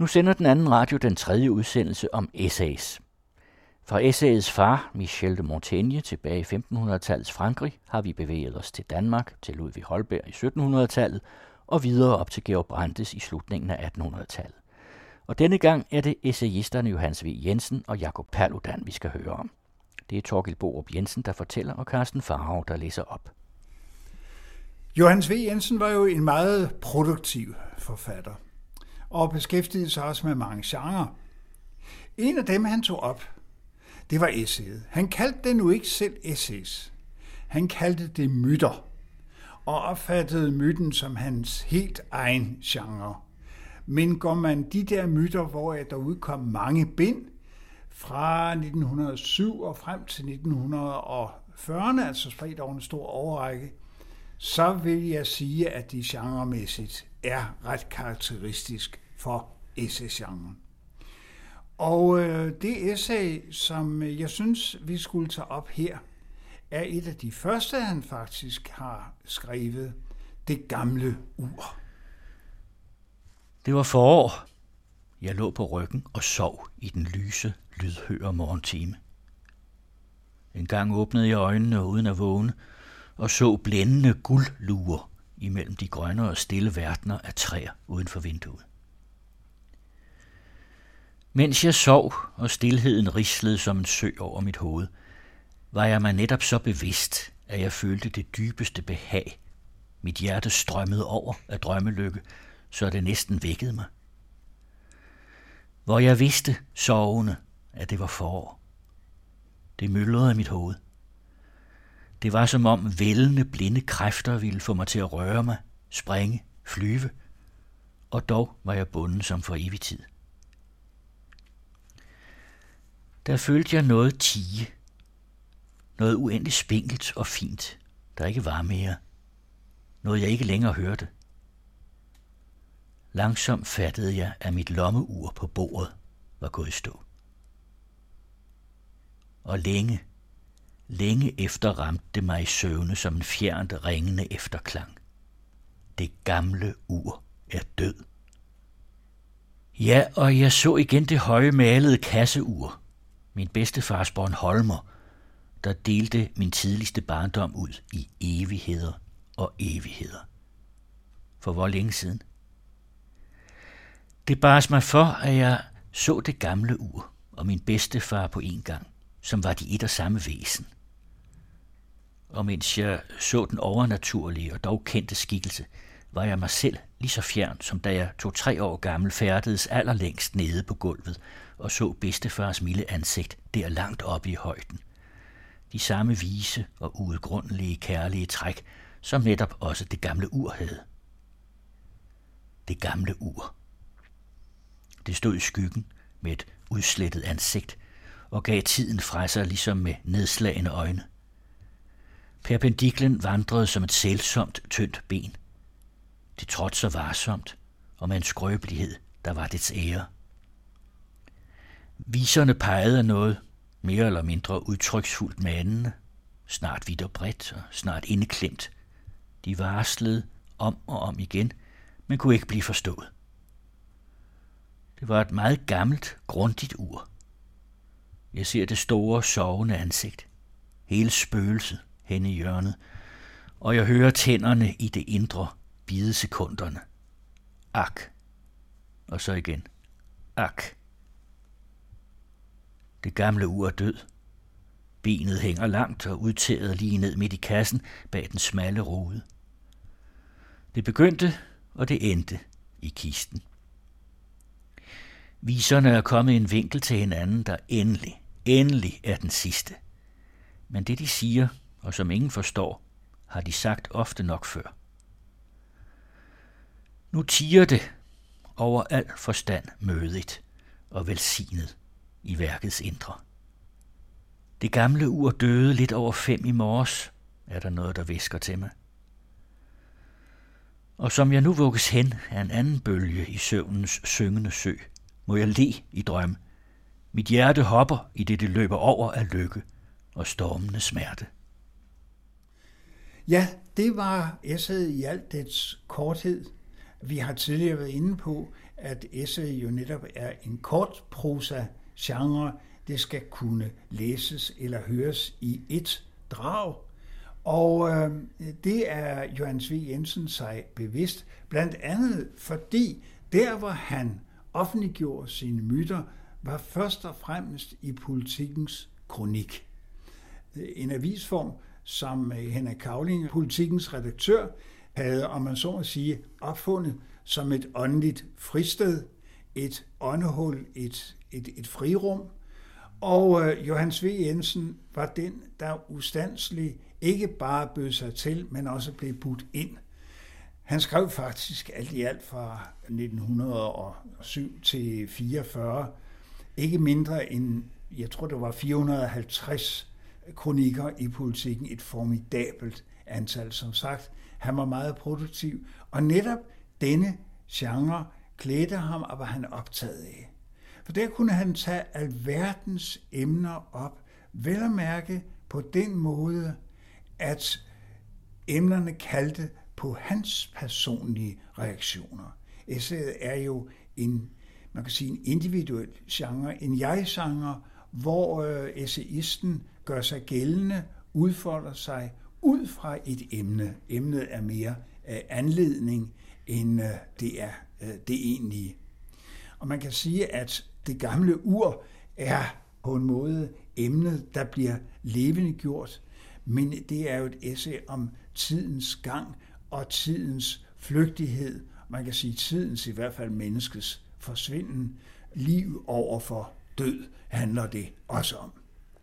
Nu sender den anden radio den tredje udsendelse om essays. Fra essayets far, Michel de Montaigne, tilbage i 1500-tallets Frankrig, har vi bevæget os til Danmark, til Ludvig Holberg i 1700-tallet og videre op til Georg Brandes i slutningen af 1800-tallet. Og denne gang er det essayisterne Johannes V. Jensen og Jakob Paludan, vi skal høre om. Det er Thorkild Borup Jensen, der fortæller, og Carsten Farag, der læser op. Johannes V. Jensen var jo en meget produktiv forfatter, og beskæftigede sig også med mange genrer. En af dem, han tog op, det var essayet. Han kaldte det nu ikke selv essays. Han kaldte det myter, og opfattede myten som hans helt egen genre. Men går man de der myter, hvor der udkom mange bind, fra 1907 og frem til 1940'erne, altså spredt over en stor overrække, så vil jeg sige, at de genremæssigt er ret karakteristisk for essay-genren. Og det essay, som jeg synes, vi skulle tage op her, er et af de første, han faktisk har skrevet, Det gamle ur. Det var forår. Jeg lå på ryggen og sov i den lyse, lydhøre morgentime. En gang åbnede jeg øjnene uden at vågne og så blændende guldluer imellem de grønne og stille verdener af træer uden for vinduet. Mens jeg sov, og stilheden rislede som en sø over mit hoved, var jeg mig netop så bevidst, at jeg følte det dybeste behag. Mit hjerte strømmede over af drømmelykke, så det næsten vækkede mig. Hvor jeg vidste, sovende, at det var forår. Det myldrede i mit hoved. Det var som om vældende blinde kræfter ville få mig til at røre mig, springe, flyve, og dog var jeg bunden som for evig tid. Der følte jeg noget tie, noget uendeligt spinkelt og fint, der ikke var mere, noget jeg ikke længere hørte. Langsomt fattede jeg, at mit lommeur på bordet var gået i stå. Og længe efter ramte det mig i søvne som en fjernt ringende efterklang. Det gamle ur er død. Ja, og jeg så igen det høje malede kasseur, min bedstefars Bornholmer, der delte min tidligste barndom ud i evigheder og evigheder. For hvor længe siden? Det bars mig for, at jeg så det gamle ur og min bedstefar på en gang, som var de et og samme væsen. Og mens jeg så den overnaturlige og dog kendte skikkelse, var jeg mig selv lige så fjern, som da jeg 2-3 år gammel færdedes allerlængst nede på gulvet og så bedstefars milde ansigt der langt oppe i højden. De samme vise og uudgrundelige kærlige træk, som netop også det gamle ur havde. Det gamle ur. Det stod i skyggen med et udslettet ansigt og gav tiden fra sig ligesom med nedslagende øjne. Perpendiklen vandrede som et sælsomt, tyndt ben. Det trådte så varsomt og med en skrøbelighed, der var dets ære. Viserne pegede af noget, mere eller mindre udtryksfuldt manende, snart vidt og bredt og snart indeklemt. De varslede om og om igen, men kunne ikke blive forstået. Det var et meget gammelt, grundigt ur. Jeg ser det store, sovende ansigt, hele spøgelset henne i hjørnet, og jeg hører tænderne i det indre bide sekunderne. Ak. Og så igen. Ak. Det gamle ur er død. Benet hænger langt og udtæret lige ned midt i kassen bag den smalle rude. Det begyndte, og det endte i kisten. Viserne er kommet i en vinkel til hinanden, der endelig er den sidste. Men det de siger, og som ingen forstår, har de sagt ofte nok før. Nu tiger det over al forstand mødigt og velsignet i værkets indre. Det gamle ur døde lidt over 5 i morges, er der noget, der hvisker til mig. Og som jeg nu vugges hen af en anden bølge i søvnens syngende sø, må jeg le i drøm. Mit hjerte hopper, i det løber over af lykke og stormende smerte. Ja, det var essayet i alt dets korthed. Vi har tidligere været inde på, at essay jo netop er en kort prosa-genre. Det skal kunne læses eller høres i et drag. Og det er Johannes V. Jensen sig bevidst, blandt andet fordi der, hvor han offentliggjorde sine myter, var først og fremmest i Politikens kronik. En avisform, som Henrik Cavling, Politikens redaktør, havde, om man så må sige, opfundet som et åndeligt fristed, et åndehul, et frirum. Og Johannes V. Jensen var den, der ustandselig ikke bare bød sig til, men også blev budt ind. Han skrev faktisk alt i alt fra 1907 til 44, ikke mindre end, jeg tror det var 450 kronikker i Politiken, et formidabelt antal, som sagt. Han var meget produktiv, og netop denne genre klædte ham og var han optaget af. For der kunne han tage alverdens emner op, vel at mærke på den måde, at emnerne kaldte på hans personlige reaktioner. Essayet er jo man kan sige en individuel genre, en jeg-genre, hvor essayisten gør sig gældende, udfolder sig ud fra et emne. Emnet er mere anledning, end det er det egentlige. Og man kan sige, at det gamle ur er på en måde emnet, der bliver levendegjort, men det er jo et essay om tidens gang og tidens flygtighed. Man kan sige tidens, i hvert fald menneskets forsvinden. Liv over for død handler det også om.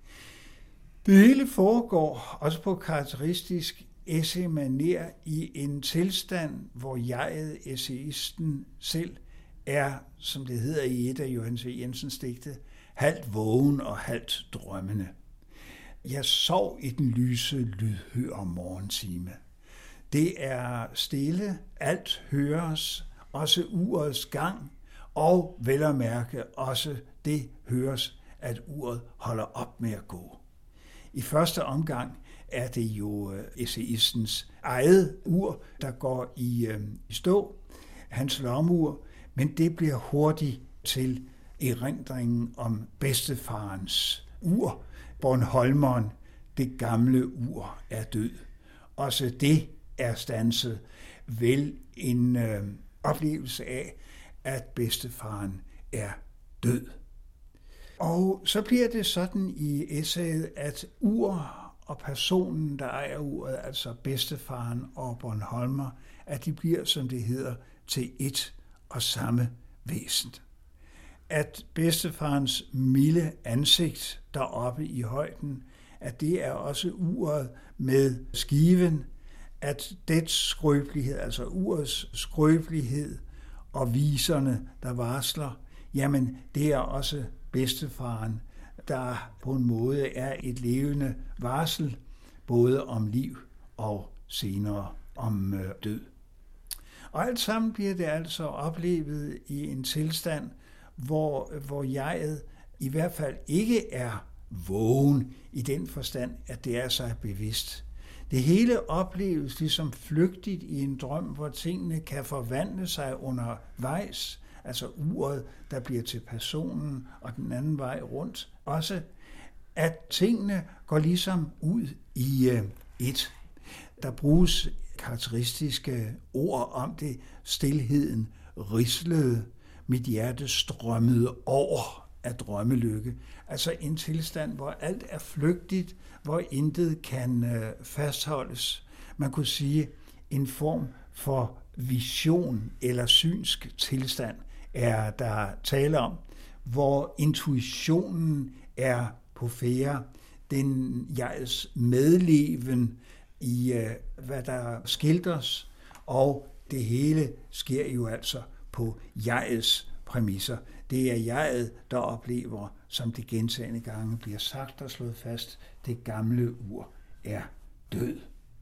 Det hele foregår også på karakteristisk essay-manér i en tilstand, hvor jeget, essayisten selv, er, som det hedder i et af Johannes V. Jensens digte, halvt vågen og halvt drømmende. Jeg sov i den lyse lydhøre morgentime. Det er stille, alt høres, også urets gang, og vel at mærke også det høres, at uret holder op med at gå. I første omgang er det jo essayistens eget ur, der går i stå, hans lommeur, men det bliver hurtigt til erindringen om bedstefarens ur. Bornholmeren, det gamle ur, er død. Også det er standset, vel en oplevelse af, at bedstefaren er død. Og så bliver det sådan i essayet, at ur og personen, der ejer uret, altså bedstefaren og Bornholmer, at de bliver, som det hedder, til et og samme væsen. At bedstefarens milde ansigt deroppe i højden, at det er også uret med skiven, at dets skrøbelighed, altså urets skrøbelighed og viserne, der varsler, jamen det er også bedstefaren, der på en måde er et levende varsel, både om liv og senere om død. Og alt sammen bliver det altså oplevet i en tilstand, hvor jeget i hvert fald ikke er vågen i den forstand, at det er sig bevidst. Det hele opleves ligesom flygtigt i en drøm, hvor tingene kan forvandle sig undervejs, altså uret, der bliver til personen, og den anden vej rundt. Også at tingene går ligesom ud i et. Der bruges karakteristiske ord om det. Stilheden rislede, mit hjerte strømmede over af drømmelykke. Altså en tilstand, hvor alt er flygtigt, hvor intet kan fastholdes. Man kunne sige, en form for vision eller synsk tilstand er der tale om, hvor intuitionen er på færde, den jegs medleven i, hvad der skildres, og det hele sker jo altså på jegets præmisser. Det er jeget, der oplever, som det gentagne gange bliver sagt og slået fast, det gamle ur er død.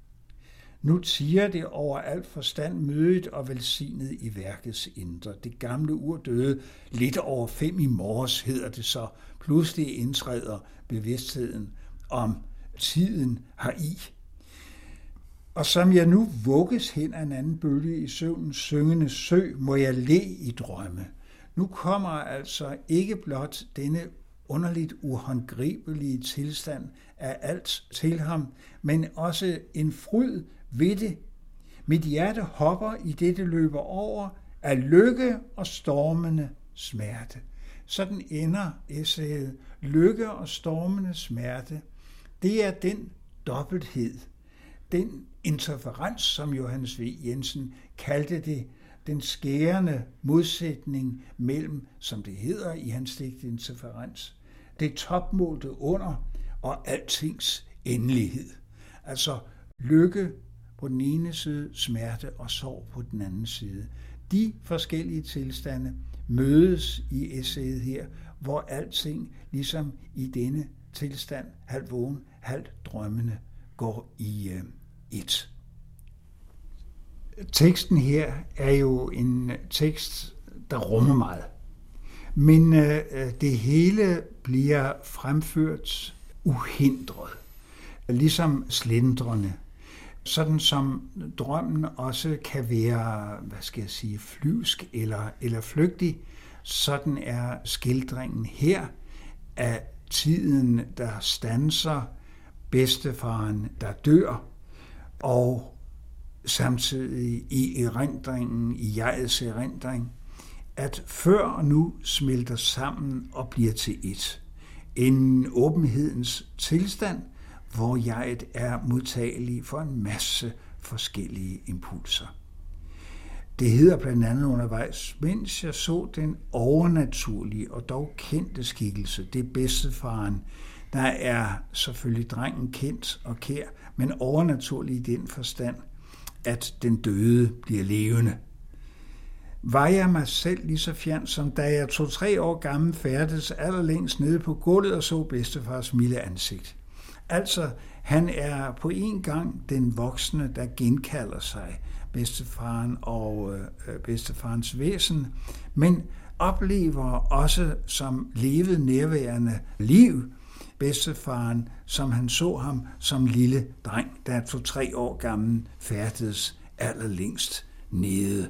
Nu tiger det over alt forstand mødet og velsignet i værkets indre. Det gamle ur døde lidt over 5 i morges, hedder det så. Pludselig indtræder bevidstheden om tiden heri. Og som jeg nu vugges hen af en anden bølge i søvnens syngende sø, må jeg le i drømme. Nu kommer altså ikke blot denne underligt uhåndgribelige tilstand af alt til ham, men også en fryd ved det. Mit hjerte hopper i det løber over af lykke og stormende smerte. Sådan ender essayet. Lykke og stormende smerte. Det er den dobbelthed, den interferens, som Johannes V. Jensen kaldte det, den skærende modsætning mellem, som det hedder i hans digt interferens, det topmålte under og altings endelighed. Altså lykke på den ene side, smerte og sorg på den anden side. De forskellige tilstande mødes i essayet her, hvor alting ligesom i denne tilstand, halvt vågen, halvt drømmende, går i et. Teksten her er jo en tekst, der rummer meget. Men det hele bliver fremført uhindret, ligesom slendrende. Sådan som drømmen også kan være, flyvsk eller flygtig, sådan er skildringen her af tiden, der standser, bedstefaren, der dør, og samtidig i erindringen, i jegets erindring, at før og nu smelter sammen og bliver til et. En åbenhedens tilstand, hvor jeget er modtagelig for en masse forskellige impulser. Det hedder blandt andet undervejs, mens jeg så den overnaturlige og dog kendte skikkelse, det er bedstefaren. Der er selvfølgelig drengen kendt og kær, men overnaturlig i den forstand, at den døde bliver levende. Var jeg mig selv lige så fjern, som da jeg 2-3 år gammel færdedes allerlængst nede på gulvet og så bedstefars milde ansigt. Altså, han er på en gang den voksne, der genkalder sig bedstefaren og bedstefarens væsen, men oplever også som levet nærværende liv bedstefaren, som han så ham som lille dreng, der 2-3 år gammel færdedes allerlængst nede.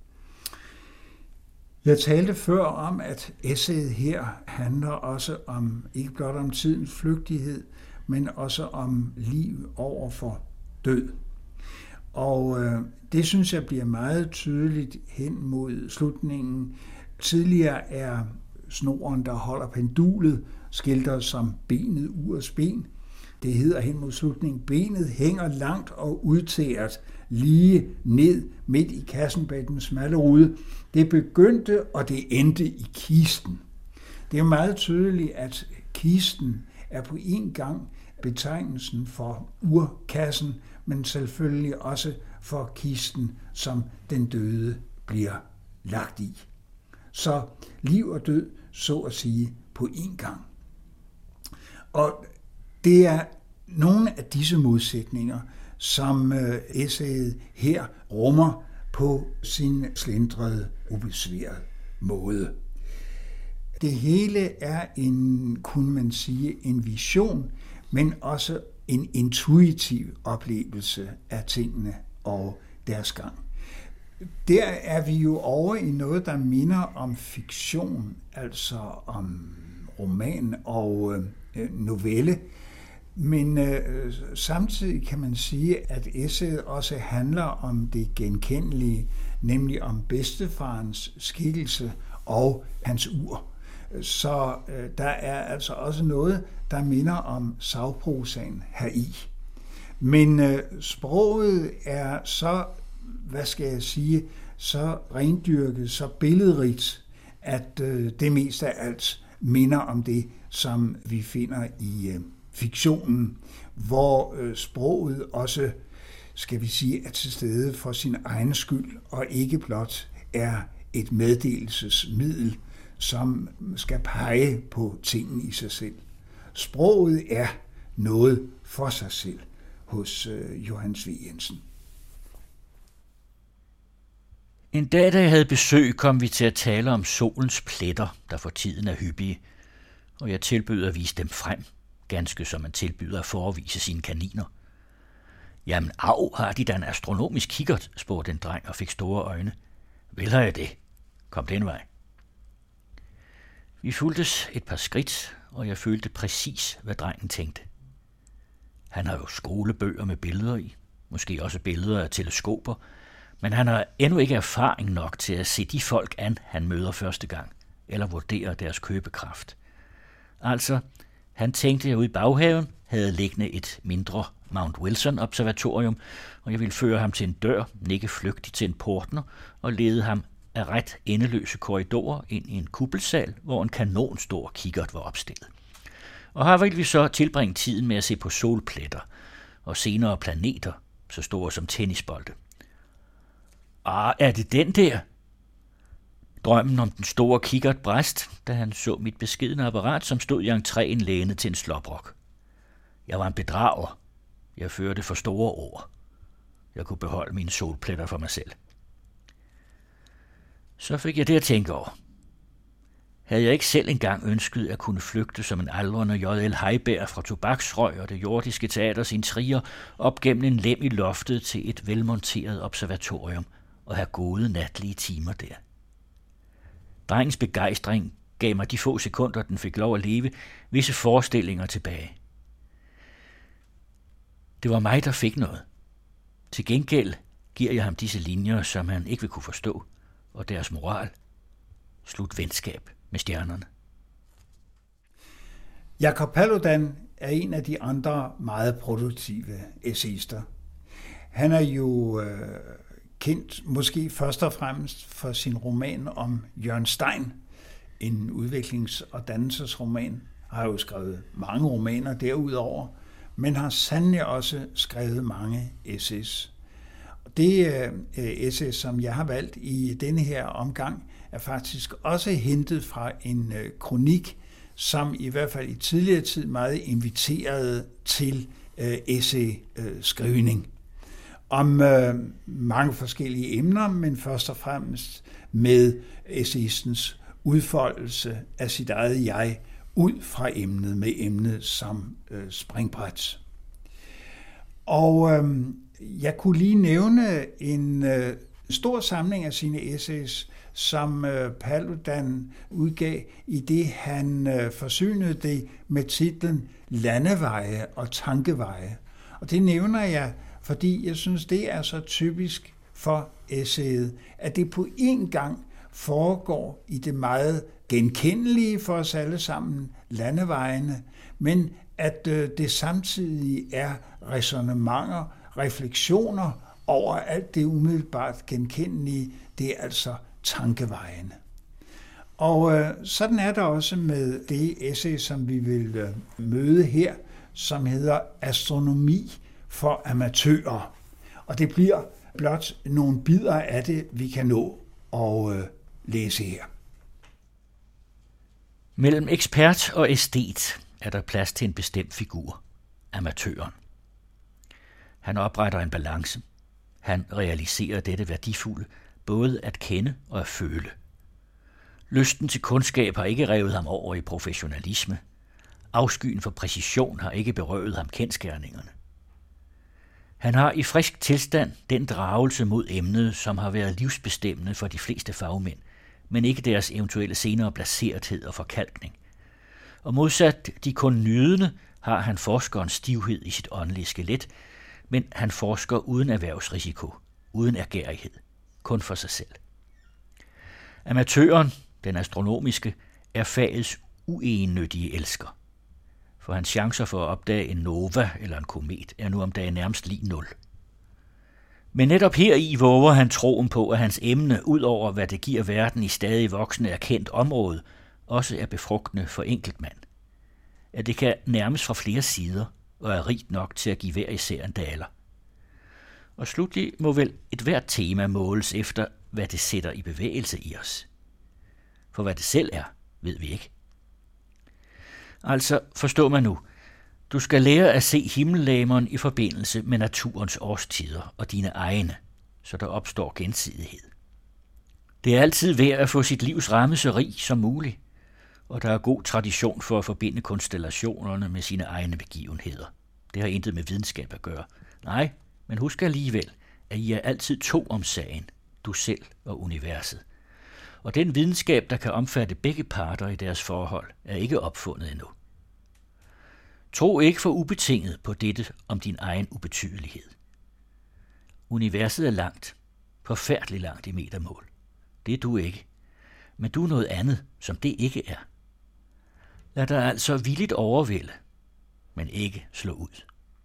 Jeg talte før om, at essayet her handler også om, ikke blot om tidens flygtighed, men også om liv over for død. Og det synes jeg bliver meget tydeligt hen mod slutningen. Tidligere er snoren, der holder pendulet, skildret som benet urs ben. Det hedder hen mod slutningen, benet hænger langt og udtæret lige ned midt i kassen bag den smalle rude. Det begyndte, og det endte i kisten. Det er meget tydeligt, at kisten er på en gang betegnelsen for urkassen, men selvfølgelig også for kisten, som den døde bliver lagt i. Så liv og død, så at sige, på en gang. Og det er nogle af disse modsætninger, som essayet her rummer på sin slendrede, ubesværet måde. Det hele er kunne man sige, en vision, men også en intuitiv oplevelse af tingene og deres gang. Der er vi jo over i noget, der minder om fiktion, altså om roman og novelle. Men samtidig kan man sige, at essayet også handler om det genkendelige, nemlig om bedstefarens skikkelse og hans ur. Så der er altså også noget, der minder om sagprosaen heri. Men sproget er så, så rendyrket, så billedrigt, at det mest af alt minder om det, som vi finder i fiktionen, hvor sproget også, er til stede for sin egen skyld, og ikke blot er et meddelelsesmiddel, som skal pege på tingene i sig selv. Sproget er noget for sig selv hos Johannes V. Jensen. En dag, da jeg havde besøg, kom vi til at tale om solens pletter, der for tiden er hyppige, og jeg tilbød at vise dem frem, ganske som man tilbyder at forevise sine kaniner. Jamen, har de da en astronomisk kikkert, spurgte en dreng og fik store øjne. Vel har jeg det. Kom den vej. Vi fulgtes et par skridt, og jeg følte præcis, hvad drengen tænkte. Han har jo skolebøger med billeder i, måske også billeder af teleskoper, men han har endnu ikke erfaring nok til at se de folk an, han møder første gang, eller vurdere deres købekraft. Altså, han tænkte, at jeg ude i baghaven havde liggende et mindre Mount Wilson-observatorium, og jeg ville føre ham til en dør, nikke flygtigt til en portner og lede ham af ret endeløse korridorer ind i en kuppelsal, hvor en kanonstor kikkert var opstillet. Og her ville vi så tilbringe tiden med at se på solpletter og senere planeter, så store som tennisbolde. Er det den der? Drømmen om den store kikkert bræst, da han så mit beskedne apparat, som stod i entréen lænet til en slåbrok. Jeg var en bedrager. Jeg førte for store ord. Jeg kunne beholde mine solpletter for mig selv. Så fik jeg det at tænke over. Havde jeg ikke selv engang ønsket at kunne flygte som en aldrende J.L. Heiberg fra tobaksrøg og det jordiske teaters intriger op gennem en lem i loftet til et velmonteret observatorium og have gode natlige timer der. Drengens begejstring gav mig de få sekunder, den fik lov at leve, visse forestillinger tilbage. Det var mig, der fik noget. Til gengæld giver jeg ham disse linjer, som han ikke vil kunne forstå, og deres moral. Slut venskab med stjernerne. Jakob Paludan er en af de andre meget produktive essayister. Han er jo kendt måske først og fremmest for sin roman om Jørgen Stein, en udviklings- og dannelsesroman. Har jo skrevet mange romaner derudover, men har sandelig også skrevet mange essays. Det essay, som jeg har valgt i denne her omgang, er faktisk også hentet fra en kronik, som i hvert fald i tidligere tid meget inviterede til essay-skrivning. Om mange forskellige emner, men først og fremmest med essayistens udfoldelse af sit eget jeg ud fra emnet, med emnet som springbræt. Og jeg kunne lige nævne en stor samling af sine essays, som Paludan udgav, i det han forsynede det med titlen Landeveje og tankeveje. Og det nævner jeg, fordi jeg synes, det er så typisk for essayet, at det på en gang foregår i det meget genkendelige for os alle sammen, landevejene, men at det samtidig er ræsonnementer, refleksioner over alt det umiddelbart genkendelige, det er altså tankevejene. Og sådan er der også med det essay, som vi vil møde her, som hedder Astronomi for amatører. Og det bliver blot nogle bidder af det, vi kan nå at læse her. Mellem ekspert og æstet er der plads til en bestemt figur, amatøren. Han opretter en balance. Han realiserer dette værdifulde, både at kende og at føle. Lysten til kundskab har ikke revet ham over i professionalisme. Afskyen for præcision har ikke berøvet ham kendsgerningerne. Han har i frisk tilstand den dragelse mod emnet, som har været livsbestemmende for de fleste fagmænd, men ikke deres eventuelle senere placerethed og forkalkning. Og modsat de kun nydende, har han forskerens stivhed i sit åndelige skelet, men han forsker uden erhvervsrisiko, uden ærgerrighed, kun for sig selv. Amatøren, den astronomiske, er fagets uegennyttige elsker. For hans chancer for at opdage en nova eller en komet er nu om dagen nærmest lig 0. Men netop heri våger han troen på, at hans emne, ud over hvad det giver verden i stadig voksende erkendt område, også er befrugtende for enkeltmand. At det kan nærmes fra flere sider og er rigt nok til at give hver især en daler. Og slutlig må vel et hvert tema måles efter, hvad det sætter i bevægelse i os. For hvad det selv er, ved vi ikke. Altså, forstår man nu, du skal lære at se himmellegemeren i forbindelse med naturens årstider og dine egne, så der opstår gensidighed. Det er altid værd at få sit livs ramme så rig som muligt, og der er god tradition for at forbinde konstellationerne med sine egne begivenheder. Det har intet med videnskab at gøre. Nej, Men husk alligevel, at I er altid to om sagen, du selv og universet. Og den videnskab, der kan omfatte begge parter i deres forhold, er ikke opfundet endnu. Tro ikke for ubetinget på dette om din egen ubetydelighed. Universet er langt, forfærdeligt langt i metermål. Det er du ikke, men du er noget andet, som det ikke er. Lad dig altså villigt overvælde, men ikke slå ud.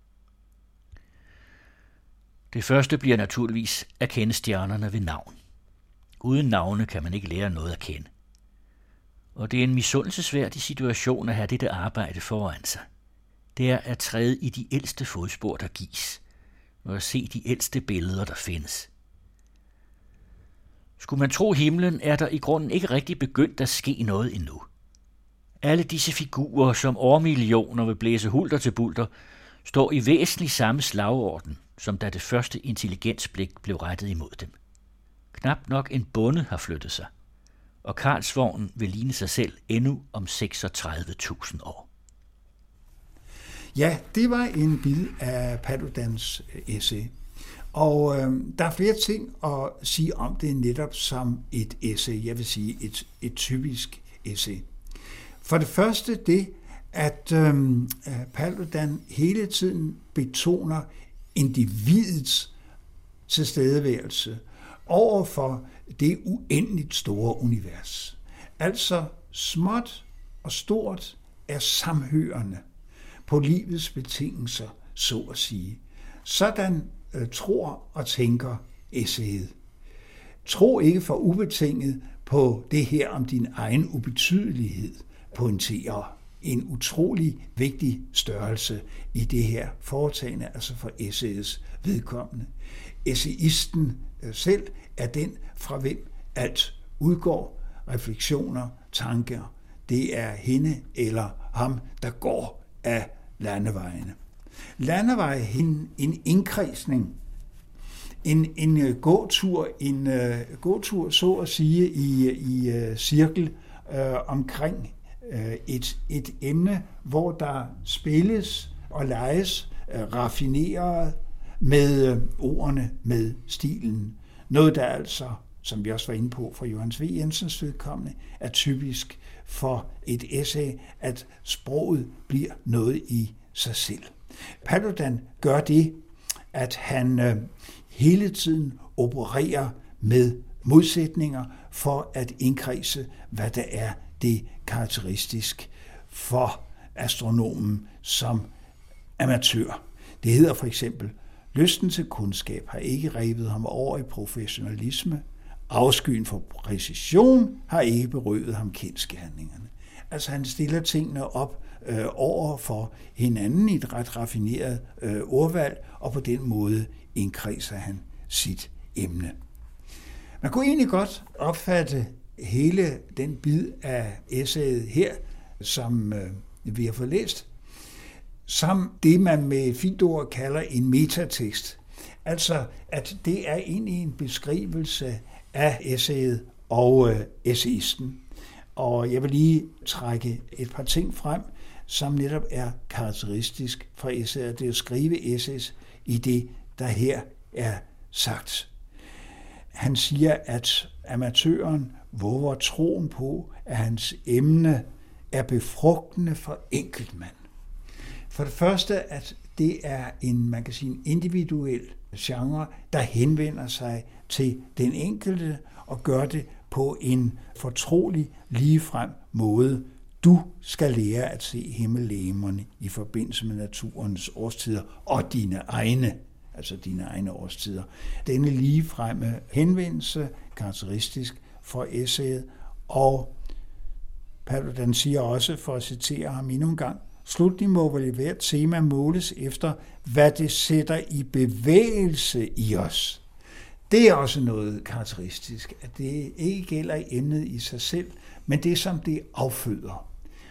Det første bliver naturligvis at kende stjernerne ved navn. Uden navne kan man ikke lære noget at kende. Og det er en misundelsesværdig situation at have dette arbejde foran sig. Det er at træde i de ældste fodspor, der gives, og at se de ældste billeder, der findes. Skulle man tro himlen, er der i grunden ikke rigtig begyndt at ske noget endnu. Alle disse figurer, som årmillioner vil blæse hulter til bulter, står i væsentlig samme slagorden, som da det første intelligensblik blev rettet imod dem. Knap nok en bonde har flyttet sig, og Karlsvognen vil ligne sig selv endnu om 36.000 år. Ja, det var en bid af Paludans essay. Og der er flere ting at sige om det netop som et essay, jeg vil sige et typisk essay. For det første det, at Paludan hele tiden betoner individets tilstedeværelse over for det uendeligt store univers. Altså småt og stort er samhørende på livets betingelser, så at sige. Sådan tror og tænker essayet. Tro ikke for ubetinget på det her om din egen ubetydelighed, pointerer en utrolig vigtig størrelse i det her foretagende, altså for essayets vedkommende. Essayisten selv er den, fra hvem alt udgår, refleksioner, tanker. Det er hende eller ham, der går af landevejene. Landevej er en indkredsning, en gåtur, så at sige, i cirkel omkring et emne, hvor der spilles og leges raffineret med ordene, med stilen. Noget, der altså, som vi også var inde på fra Johannes V. Jensens vedkommende, er typisk for et essay, at sproget bliver noget i sig selv. Paludan gør det, at han hele tiden opererer med modsætninger for at indkredse, hvad der er det karakteristisk for astronomen som amatør. Det hedder for eksempel, lysten til kundskab har ikke revet ham over i professionalisme. Afskyen for præcision har ikke berøvet ham kendsgerningserne. Altså han stiller tingene op over for hinanden i et ret raffineret ordvalg, og på den måde indkredser han sit emne. Man kunne egentlig godt opfatte hele den bid af essayet her, som vi har fået læst, som det, man med et fint ord kalder en metatekst. Altså, at det er egentlig en beskrivelse af essayet og essayisten. Og jeg vil lige trække et par ting frem, som netop er karakteristisk for essayet. Det er at skrive essays i det, der her er sagt. Han siger, at amatøren våger troen på, at hans emne er befrugtende for enkeltmand. For det første, at det er man kan sige, en individuel genre, der henvender sig til den enkelte og gør det på en fortrolig, ligefrem måde. Du skal lære at se himmellegemerne i forbindelse med naturens årstider og dine egne årstider. Denne ligefremme henvendelse, karakteristisk for essayet, og Paludan siger også, for at citere ham endnu en gang, slutningen må vel i hvert tema måles efter, hvad det sætter i bevægelse i os. Det er også noget karakteristisk, at det ikke gælder emnet i sig selv, men det som det afføder.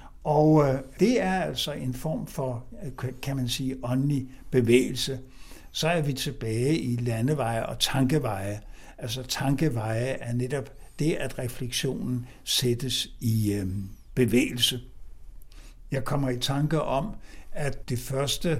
Og det er altså en form for, kan man sige, åndelig bevægelse. Så er vi tilbage i landeveje og tankeveje. Altså tankeveje er netop det, at refleksionen sættes i bevægelse. Jeg kommer i tanke om, at det første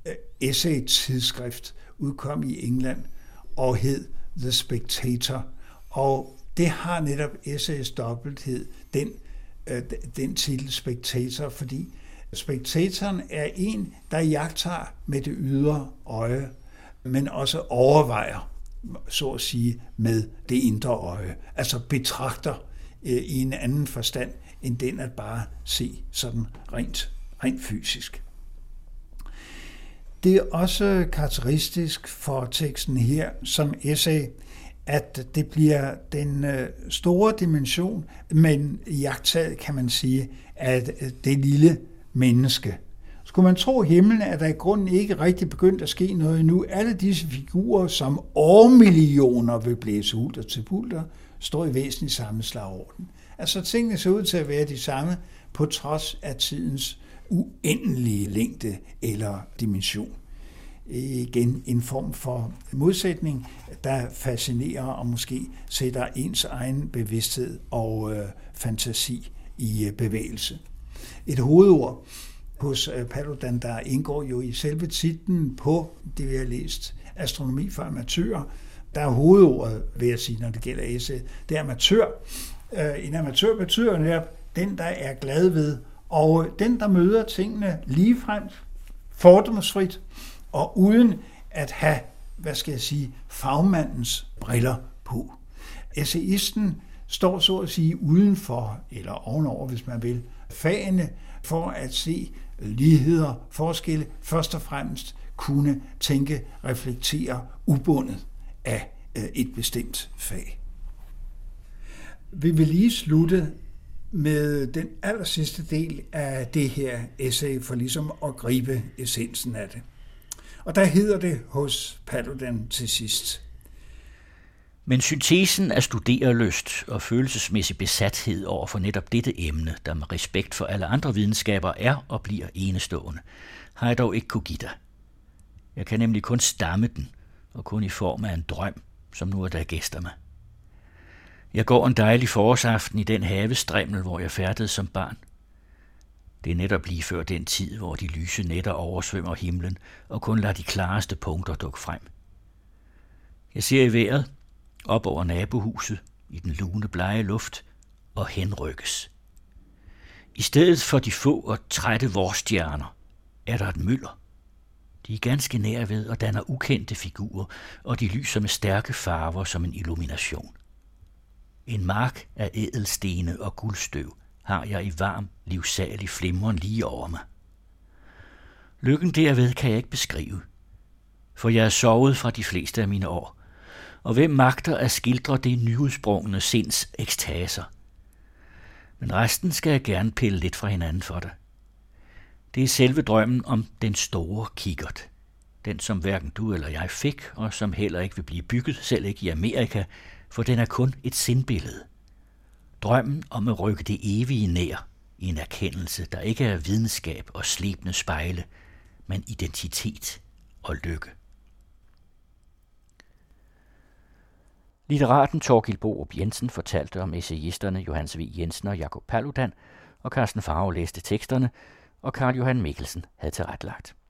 essay-tidsskrift, udkom i England og hed The Spectator. Og det har netop essays dobbelthed, den titel Spectator, fordi spektatoren er en, der jagter med det ydre øje, men også overvejer, så at sige, med det indre øje. Altså betragter i en anden forstand, end den at bare se sådan rent fysisk. Det er også karakteristisk for teksten her som essay, at det bliver den store dimension, men jagttaget, kan man sige, af det lille menneske. Skulle man tro himlen, at der i grunden ikke rigtig begyndt at ske noget endnu. Alle disse figurer, som årmillioner vil blæse hulter til bulter, står i væsentlig samme slagorden. Altså tingene ser ud til at være de samme, på trods af tidens uendelige længde eller dimension. Igen en form for modsætning, der fascinerer og måske sætter ens egen bevidsthed og fantasi i bevægelse. Et hovedord hos Paludan, der indgår jo i selve titlen på det, vi har læst, Astronomi for amatører. Der er hovedordet, vil jeg sige, når det gælder essay, det er amatør. En amatør betyder netop den, der er glad ved, og den, der møder tingene ligefremt, fordomsfrit, og uden at have, fagmandens briller på. Essayisten står så at sige udenfor, eller ovenover, hvis man vil, fagene, for at se ligheder, forskelle, først og fremmest kunne tænke, reflektere ubundet af et bestemt fag. Vi vil lige slutte med den allersidste del af det her essay, for ligesom at gribe essensen af det. Og der hedder det hos Paludan til sidst: Men syntesen af studerelyst og følelsesmæssig besathed over for netop dette emne, der med respekt for alle andre videnskaber er og bliver enestående, har jeg dog ikke kunne give dig. Jeg kan nemlig kun stamme den, og kun i form af en drøm, som nu er der gæster mig. Jeg går en dejlig forårsaften i den havestrimmel, hvor jeg færdedes som barn. Det er netop lige før den tid, hvor de lyse nætter oversvømmer himlen og kun lader de klareste punkter dukke frem. Jeg ser i vejret, op over nabohuset, i den lune blege luft, og henrykkes. I stedet for de få og trætte vorstjerner er der et mylder. De er ganske nær ved og danner ukendte figurer, og de lyser med stærke farver som en illumination. En mark af ædelstene og guldstøv har jeg i varm, livsalig flimren lige over mig. Lykken derved kan jeg ikke beskrive, for jeg er sovet fra de fleste af mine år, og hvem magter at skildre det nyudsprungne sinds ekstaser. Men resten skal jeg gerne pille lidt fra hinanden for dig. Det er selve drømmen om den store kikkert. Den, som hverken du eller jeg fik, og som heller ikke vil blive bygget, selv ikke i Amerika, for den er kun et sindbillede. Drømmen om at rykke det evige nær i en erkendelse, der ikke er videnskab og slebne spejle, men identitet og lykke. Litteraten Thorkild Borup Jensen fortalte om essayisterne Johannes V. Jensen og Jakob Paludan, og Carsten Farve læste teksterne, og Carl Johan Mikkelsen havde tilrettelagt.